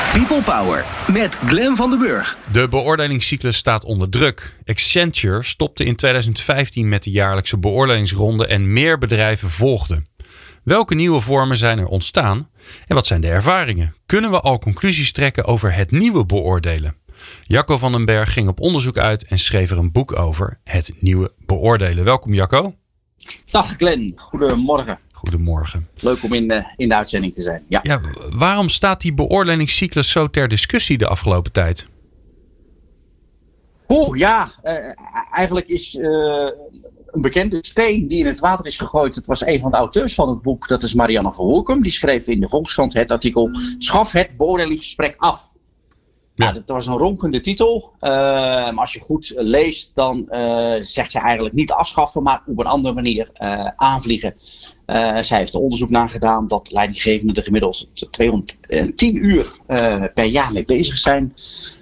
People Power met Glenn van den Burg. De beoordelingscyclus staat onder druk. Accenture stopte in 2015 met de jaarlijkse beoordelingsronde en meer bedrijven volgden. Welke nieuwe vormen zijn er ontstaan en wat zijn de ervaringen? Kunnen we al conclusies trekken over het nieuwe beoordelen? Jacco van den Berg ging op onderzoek uit en schreef er een boek over, Het Nieuwe Beoordelen. Welkom Jacco. Dag Glenn, goedemorgen. Goedemorgen. Leuk om in de uitzending te zijn. Ja, waarom staat die beoordelingscyclus zo ter discussie de afgelopen tijd? Eigenlijk is een bekende steen die in het water is gegooid. Het was een van de auteurs van het boek, dat is Marianne van Woerkom. Die schreef in de Volkskrant het artikel Schaf het beoordelingsgesprek af. Ja. Nou, dat was een ronkende titel. Maar als je goed leest, dan zegt ze eigenlijk niet afschaffen, maar op een andere manier aanvliegen. Zij heeft er onderzoek naar gedaan dat leidinggevenden er gemiddeld 210 uur per jaar mee bezig zijn.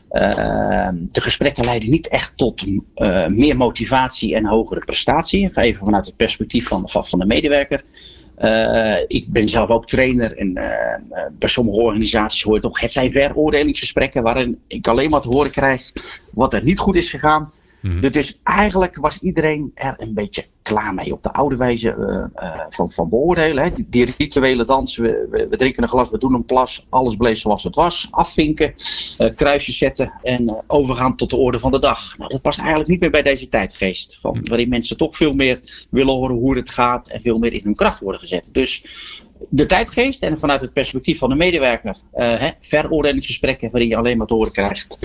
De gesprekken leiden niet echt tot meer motivatie en hogere prestatie. Even vanuit het perspectief van de medewerker. Ik ben zelf ook trainer en bij sommige organisaties hoor je toch, het zijn veroordelingsgesprekken waarin ik alleen maar te horen krijg wat er niet goed is gegaan. Dus eigenlijk was iedereen er een beetje klaar mee op de oude wijze van beoordelen. Hè. Die rituele dans, we drinken een glas, we doen een plas, alles bleef zoals het was. Afvinken, kruisjes zetten en overgaan tot de orde van de dag. Nou, dat past eigenlijk niet meer bij deze tijdgeest. Waarin mensen toch veel meer willen horen hoe het gaat en veel meer in hun kracht worden gezet. Dus de tijdgeest en vanuit het perspectief van de medewerker, veroordelingsgesprekken waarin je alleen maar te horen krijgt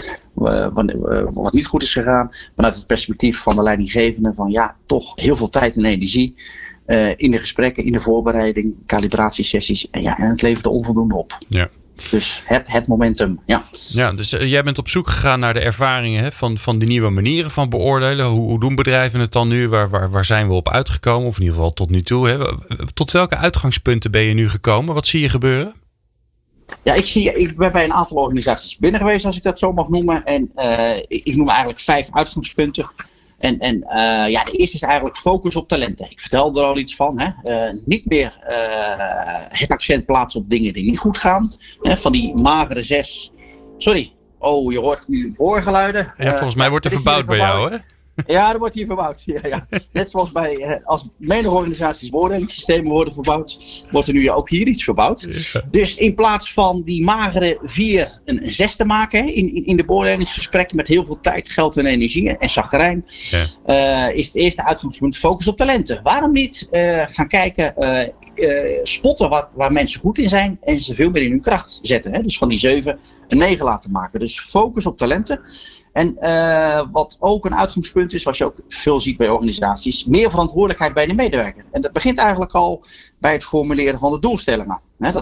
wat niet goed is gegaan. Vanuit het perspectief van de leidinggevende van toch heel veel tijd en energie in de gesprekken, in de voorbereiding, calibratiesessies en het levert er onvoldoende op. Ja. Dus het momentum, Ja, dus jij bent op zoek gegaan naar de ervaringen van die nieuwe manieren van beoordelen. Hoe doen bedrijven het dan nu? Waar zijn we op uitgekomen? Of in ieder geval tot nu toe. Hè? Tot welke uitgangspunten ben je nu gekomen? Wat zie je gebeuren? Ja, ik ben bij een aantal organisaties binnen geweest, als ik dat zo mag noemen. En ik noem eigenlijk 5 uitgangspunten. De eerste is eigenlijk focus op talenten. Ik vertelde er al iets van. Niet meer het accent plaatsen op dingen die niet goed gaan. Van die magere 6. Sorry. Oh, je hoort nu oorgeluiden. Ja, volgens mij wordt er verbouwd bij jou, hè? Ja, er wordt hier verbouwd. Ja. Net zoals als menige organisaties beoordelingssystemen worden verbouwd, wordt er nu ook hier iets verbouwd. Ja. Dus in plaats van die magere 4 een 6 te maken in de beoordelingsgesprekken met heel veel tijd, geld en energie en chagrijn, is het eerste uitgangspunt focus op talenten. Waarom niet gaan kijken, spotten waar mensen goed in zijn en ze veel meer in hun kracht zetten. Hè? Dus van die 7 een 9 laten maken. Dus focus op talenten. En wat ook een uitgangspunt is, wat je ook veel ziet bij organisaties, meer verantwoordelijkheid bij de medewerker. En dat begint eigenlijk al bij het formuleren van de doelstellingen.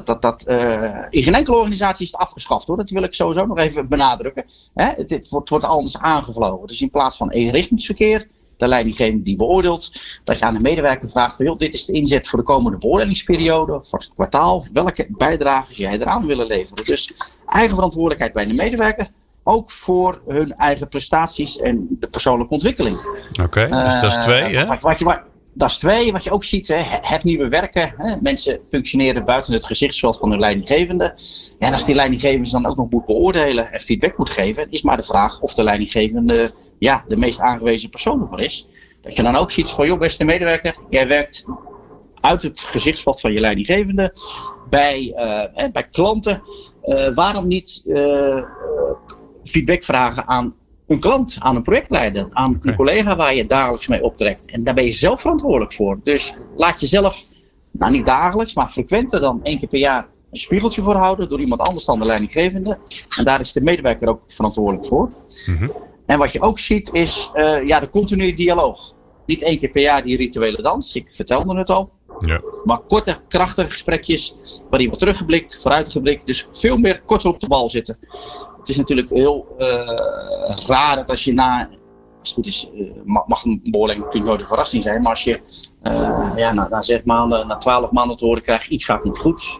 In geen enkele organisatie is het afgeschaft, hoor. Dat wil ik sowieso nog even benadrukken. Het wordt anders aangevlogen. Dus in plaats van eenrichtingsverkeer, de leidinggevende die beoordeelt, dat je aan de medewerker vraagt van, dit is de inzet voor de komende beoordelingsperiode, voor het kwartaal, welke bijdrage jij eraan willen leveren. Dus eigen verantwoordelijkheid bij de medewerker, ook voor hun eigen prestaties en de persoonlijke ontwikkeling. Oké, dus dat is 2, hè? Dat is 2. Wat je ook ziet, het nieuwe werken. Mensen functioneren buiten het gezichtsveld van hun leidinggevende. En als die leidinggevende dan ook nog moet beoordelen en feedback moet geven, is maar de vraag of de leidinggevende de meest aangewezen persoon ervoor is. Dat je dan ook ziet van, beste medewerker, jij werkt uit het gezichtsveld van je leidinggevende bij klanten. Waarom niet feedback vragen aan een klant, aan een projectleider, aan een collega waar je dagelijks mee optrekt. En daar ben je zelf verantwoordelijk voor. Dus laat jezelf, niet dagelijks, maar frequenter dan 1 keer per jaar een spiegeltje voor houden door iemand anders dan de leidinggevende. En daar is de medewerker ook verantwoordelijk voor. Mm-hmm. En wat je ook ziet is de continue dialoog. Niet 1 keer per jaar die rituele dans, ik vertelde het al. Ja. Maar korte, krachtige gesprekjes waarin wordt teruggeblikt, vooruitgeblikt. Dus veel meer korter op de bal zitten. Het is natuurlijk heel raar dat als je als het goed is, mag een beoordeling natuurlijk nooit een verrassing zijn. Maar als je na 6 maanden, na 12 maanden te horen krijgt, iets gaat niet goed.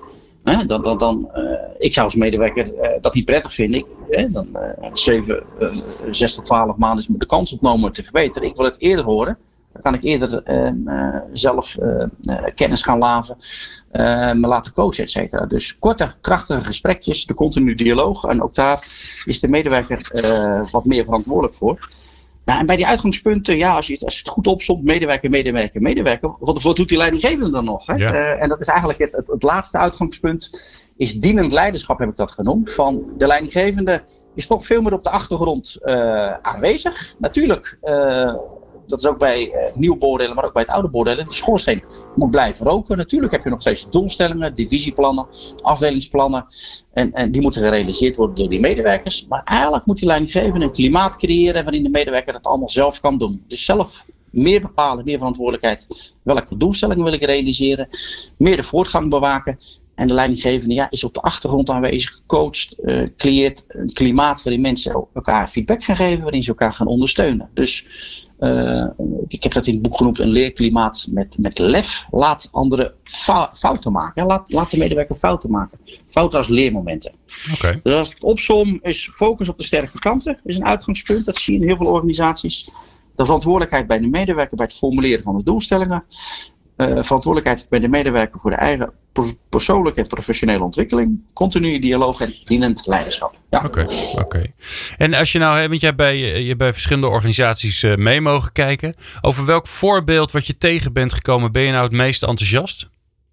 Ik zou als medewerker dat niet prettig vinden. 6 tot 12 maanden is de kans opgenomen te verbeteren. Ik wil het eerder horen. Dan kan ik eerder zelf kennis gaan laven, me laten coachen, et cetera. Dus korte, krachtige gesprekjes, de continue dialoog. En ook daar is de medewerker wat meer verantwoordelijk voor. Nou, en bij die uitgangspunten, als je het goed opsomt, medewerker. Wat doet die leidinggevende dan nog? Hè? Ja. En dat is eigenlijk het laatste uitgangspunt, is dienend leiderschap, heb ik dat genoemd. Van de leidinggevende is toch veel meer op de achtergrond aanwezig. Natuurlijk, dat is ook bij nieuw beoordelen, maar ook bij het oude beoordelen. De schoorsteen moet blijven roken. Natuurlijk heb je nog steeds doelstellingen, divisieplannen, afdelingsplannen. En die moeten gerealiseerd worden door die medewerkers. Maar eigenlijk moet die leidinggevende een klimaat creëren waarin de medewerker dat allemaal zelf kan doen. Dus zelf meer bepalen, meer verantwoordelijkheid. Welke doelstellingen wil ik realiseren? Meer de voortgang bewaken. En de leidinggevende is op de achtergrond aanwezig, coacht, creëert een klimaat waarin mensen elkaar feedback gaan geven, waarin ze elkaar gaan ondersteunen. Dus ik heb dat in het boek genoemd, een leerklimaat met lef. Laat anderen fouten maken. Laat de medewerker fouten maken. Fouten als leermomenten. Okay. Dus als ik het opsom, is focus op de sterke kanten. Dat is een uitgangspunt. Dat zie je in heel veel organisaties. De verantwoordelijkheid bij de medewerker bij het formuleren van de doelstellingen. Verantwoordelijkheid bij de medewerker voor de eigen persoonlijke en professionele ontwikkeling. Continue dialoog en dienend leiderschap. Ja. Oké. En als je nou, want jij bij verschillende organisaties mee mogen kijken. Over welk voorbeeld wat je tegen bent gekomen, ben je nou het meest enthousiast?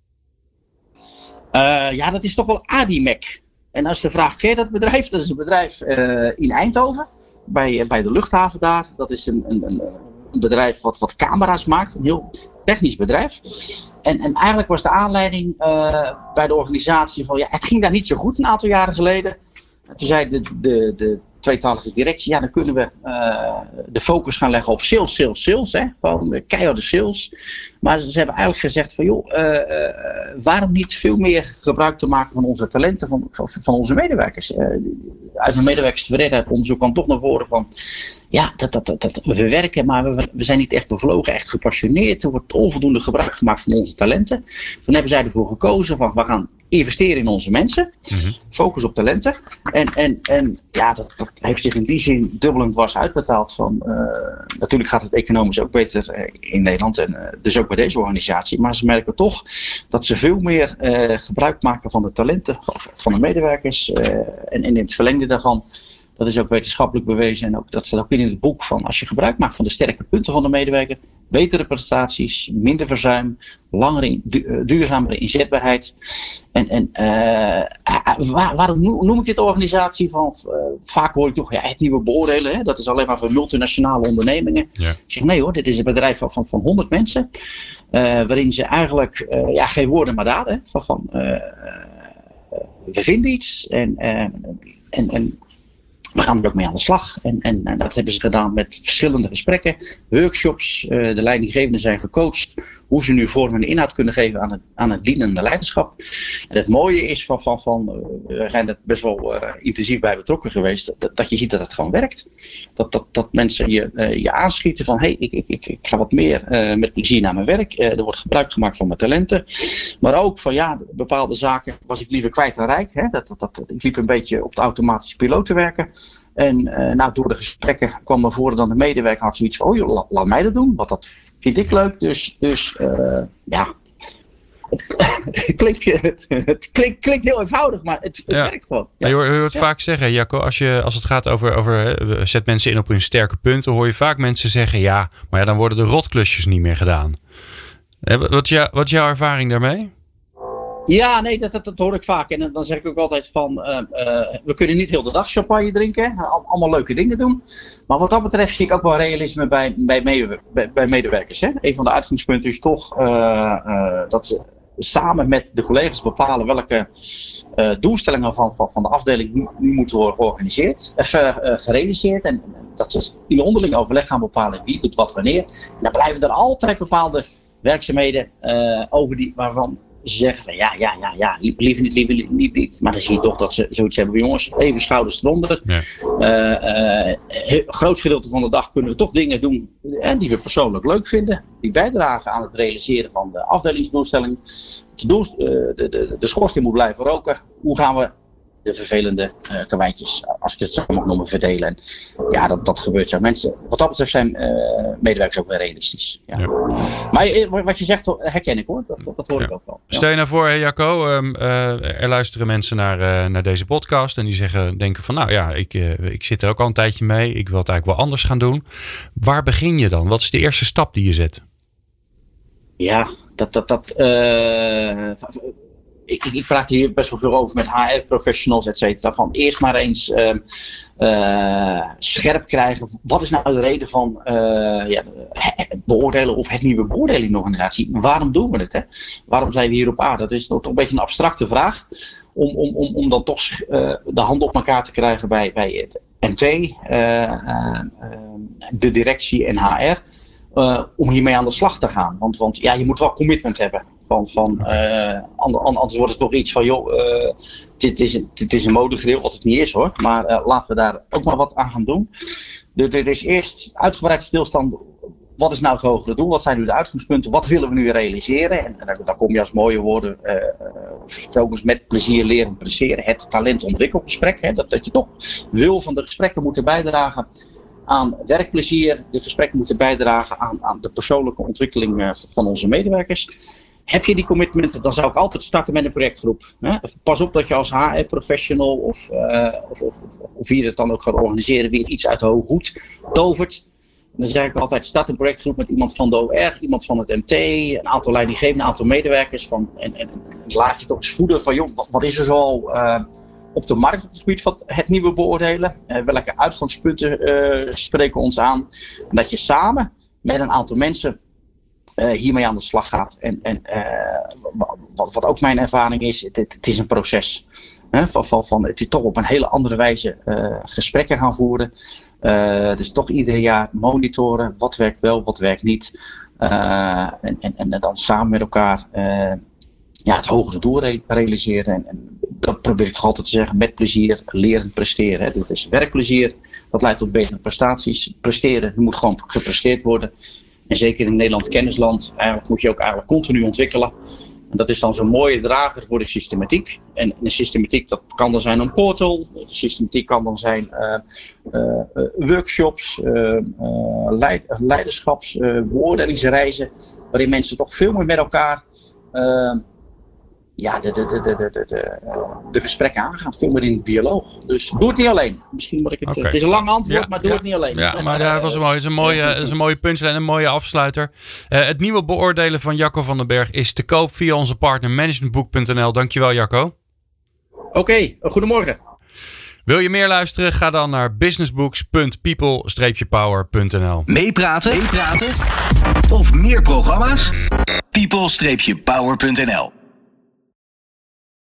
Dat is toch wel Adimec. En als de vraag, ken je dat bedrijf? Dat is een bedrijf in Eindhoven. Bij de luchthaven daar. Dat is een bedrijf wat camera's maakt. Een heel technisch bedrijf. En eigenlijk was de aanleiding bij de organisatie van, het ging daar niet zo goed een aantal jaren geleden. En toen zei de tweetalige directie, dan kunnen we de focus gaan leggen op sales. Hè? Gewoon keiharde sales. Maar ze hebben eigenlijk gezegd van, waarom niet veel meer gebruik te maken van onze talenten van onze medewerkers. Uit mijn medewerkerstevredenheid onderzoek kwam toch naar voren van, we werken, maar we zijn niet echt bevlogen, echt gepassioneerd. Er wordt onvoldoende gebruik gemaakt van onze talenten. Toen hebben zij ervoor gekozen van, we gaan investeren in onze mensen. Mm-hmm. Focus op talenten. En dat heeft zich in die zin dubbelend was uitbetaald. Natuurlijk gaat het economisch ook beter in Nederland. En dus ook bij deze organisatie. Maar ze merken toch dat ze veel meer gebruik maken van de talenten van de medewerkers. En in het verlengde daarvan. Dat is ook wetenschappelijk bewezen en ook, dat staat ook in het boek van, als je gebruik maakt van de sterke punten van de medewerker, betere prestaties, minder verzuim, langere, duurzamere inzetbaarheid. Waarom noem ik dit organisatie van? Vaak hoor ik toch, het nieuwe beoordelen, hè? Dat is alleen maar voor multinationale ondernemingen. Ja. Ik zeg nee hoor, dit is een bedrijf van 100 mensen, waarin ze eigenlijk, geen woorden maar daden, we vinden iets en we gaan er ook mee aan de slag. En dat hebben ze gedaan met verschillende gesprekken, workshops. De leidinggevenden zijn gecoacht hoe ze nu vorm en inhoud kunnen geven aan het dienende leiderschap. En het mooie is we zijn er best wel intensief bij betrokken geweest, dat je ziet dat het gewoon werkt. Dat mensen je aanschieten van, ik ga wat meer met plezier naar mijn werk. Er wordt gebruik gemaakt van mijn talenten. Maar ook van, bepaalde zaken was ik liever kwijt dan rijk. Hè? Ik liep een beetje op de automatische piloot te werken. En door de gesprekken kwam naar voren dat de medewerker had zoiets van, laat mij dat doen, want dat vind ik leuk. Het klinkt heel eenvoudig, maar het werkt gewoon. Ja. Je hoort vaak zeggen, Jacco, als het gaat over zet mensen in op hun sterke punten, hoor je vaak mensen zeggen, maar dan worden de rotklusjes niet meer gedaan. Wat is jouw ervaring daarmee? Ja, nee, dat hoor ik vaak. En dan zeg ik ook altijd van, we kunnen niet heel de dag champagne drinken. Allemaal leuke dingen doen. Maar wat dat betreft zie ik ook wel realisme bij medewerkers. Hè? Een van de uitgangspunten is toch dat ze samen met de collega's bepalen welke doelstellingen van de afdeling nu moeten worden gerealiseerd. En dat ze in onderling overleg gaan bepalen wie doet wat wanneer. En dan blijven er altijd bepaalde werkzaamheden over waarvan ze zeggen van liever niet. Maar dan zie je toch dat ze zoiets hebben. Jongens, even schouders eronder. Ja. Groot gedeelte van de dag kunnen we toch dingen doen die we persoonlijk leuk vinden. Die bijdragen aan het realiseren van de afdelingsdoelstelling. De schoorsteen moet blijven roken. Hoe gaan we de vervelende karweitjes, als ik het zo mag noemen, verdelen. En ja, dat gebeurt zo. Mensen, wat dat betreft zijn medewerkers ook wel realistisch. Ja. Ja. Maar wat je zegt, herken ik hoor. Dat hoor ik ook wel. Ja. Stel je nou voor, Jacco, er luisteren mensen naar deze podcast en die denken van nou ja, ik zit er ook al een tijdje mee. Ik wil het eigenlijk wel anders gaan doen. Waar begin je dan? Wat is de eerste stap die je zet? Ja, ik praat hier best wel veel over met HR-professionals, et cetera. Van eerst maar eens scherp krijgen. Wat is nou de reden van het beoordelen of het nieuwe beoordelingsorganisatie? Waarom doen we het? Hè? Waarom zijn we hier op aarde? Dat is toch een beetje een abstracte vraag. Om dan toch de hand op elkaar te krijgen bij het MT, de directie en HR. Om hiermee aan de slag te gaan. Want ja, je moet wel commitment hebben. Anders wordt het toch iets van, joh, dit is een modegril, wat het niet is hoor. Maar laten we daar ook maar wat aan gaan doen. Er is eerst uitgebreid stilstand. Wat is nou het hogere doel? Wat zijn nu de uitgangspunten? Wat willen we nu realiseren? En daar kom je als mooie woorden vervolgens met plezier leren presteren. Het talentontwikkelgesprek. Hè, dat je toch wil van de gesprekken moeten bijdragen aan werkplezier. De gesprekken moeten bijdragen aan de persoonlijke ontwikkeling van onze medewerkers. Heb je die commitmenten, dan zou ik altijd starten met een projectgroep. Hè? Pas op dat je als HR-professional of wie het dan ook gaat organiseren, weer iets uit de hoge hoed tovert. En dan zeg ik altijd, start een projectgroep met iemand van de OR, iemand van het MT, een aantal leidinggevenden, een aantal medewerkers. En laat je toch eens voeden van, joh, wat is er zo op de markt op het gebied van het nieuwe beoordelen? Welke uitgangspunten spreken ons aan? En dat je samen met een aantal mensen hiermee aan de slag gaat. En wat ook mijn ervaring is, het is een proces. Het is toch op een hele andere wijze gesprekken gaan voeren. Dus toch ieder jaar monitoren. Wat werkt wel, wat werkt niet. En dan samen met elkaar het hogere doel realiseren. En dat probeer ik toch altijd te zeggen, met plezier, leren presteren. Hè. Dit is werkplezier, dat leidt tot betere prestaties. Presteren, er moet gewoon gepresteerd worden. En zeker in Nederland kennisland, eigenlijk moet je ook eigenlijk continu ontwikkelen. En dat is dan zo'n mooie drager voor de systematiek. En de systematiek, dat kan dan zijn een portal. De systematiek kan dan zijn workshops, leiderschaps, beoordelingsreizen. Waarin mensen toch veel meer met elkaar de gesprekken aangaan. Veel meer in de dialoog. Dus doe het niet alleen. Misschien moet ik het. Okay. Het is een lang antwoord, maar doe het niet alleen. Ja, maar dat was mooi. Het is een mooie punchline en een mooie afsluiter. Het nieuwe beoordelen van Jacco van den Berg is te koop via onze partner managementboek.nl. Dankjewel, Jacco. Oké, goedemorgen. Wil je meer luisteren? Ga dan naar businessbooks.people-power.nl. Meepraten? Of meer programma's? people-power.nl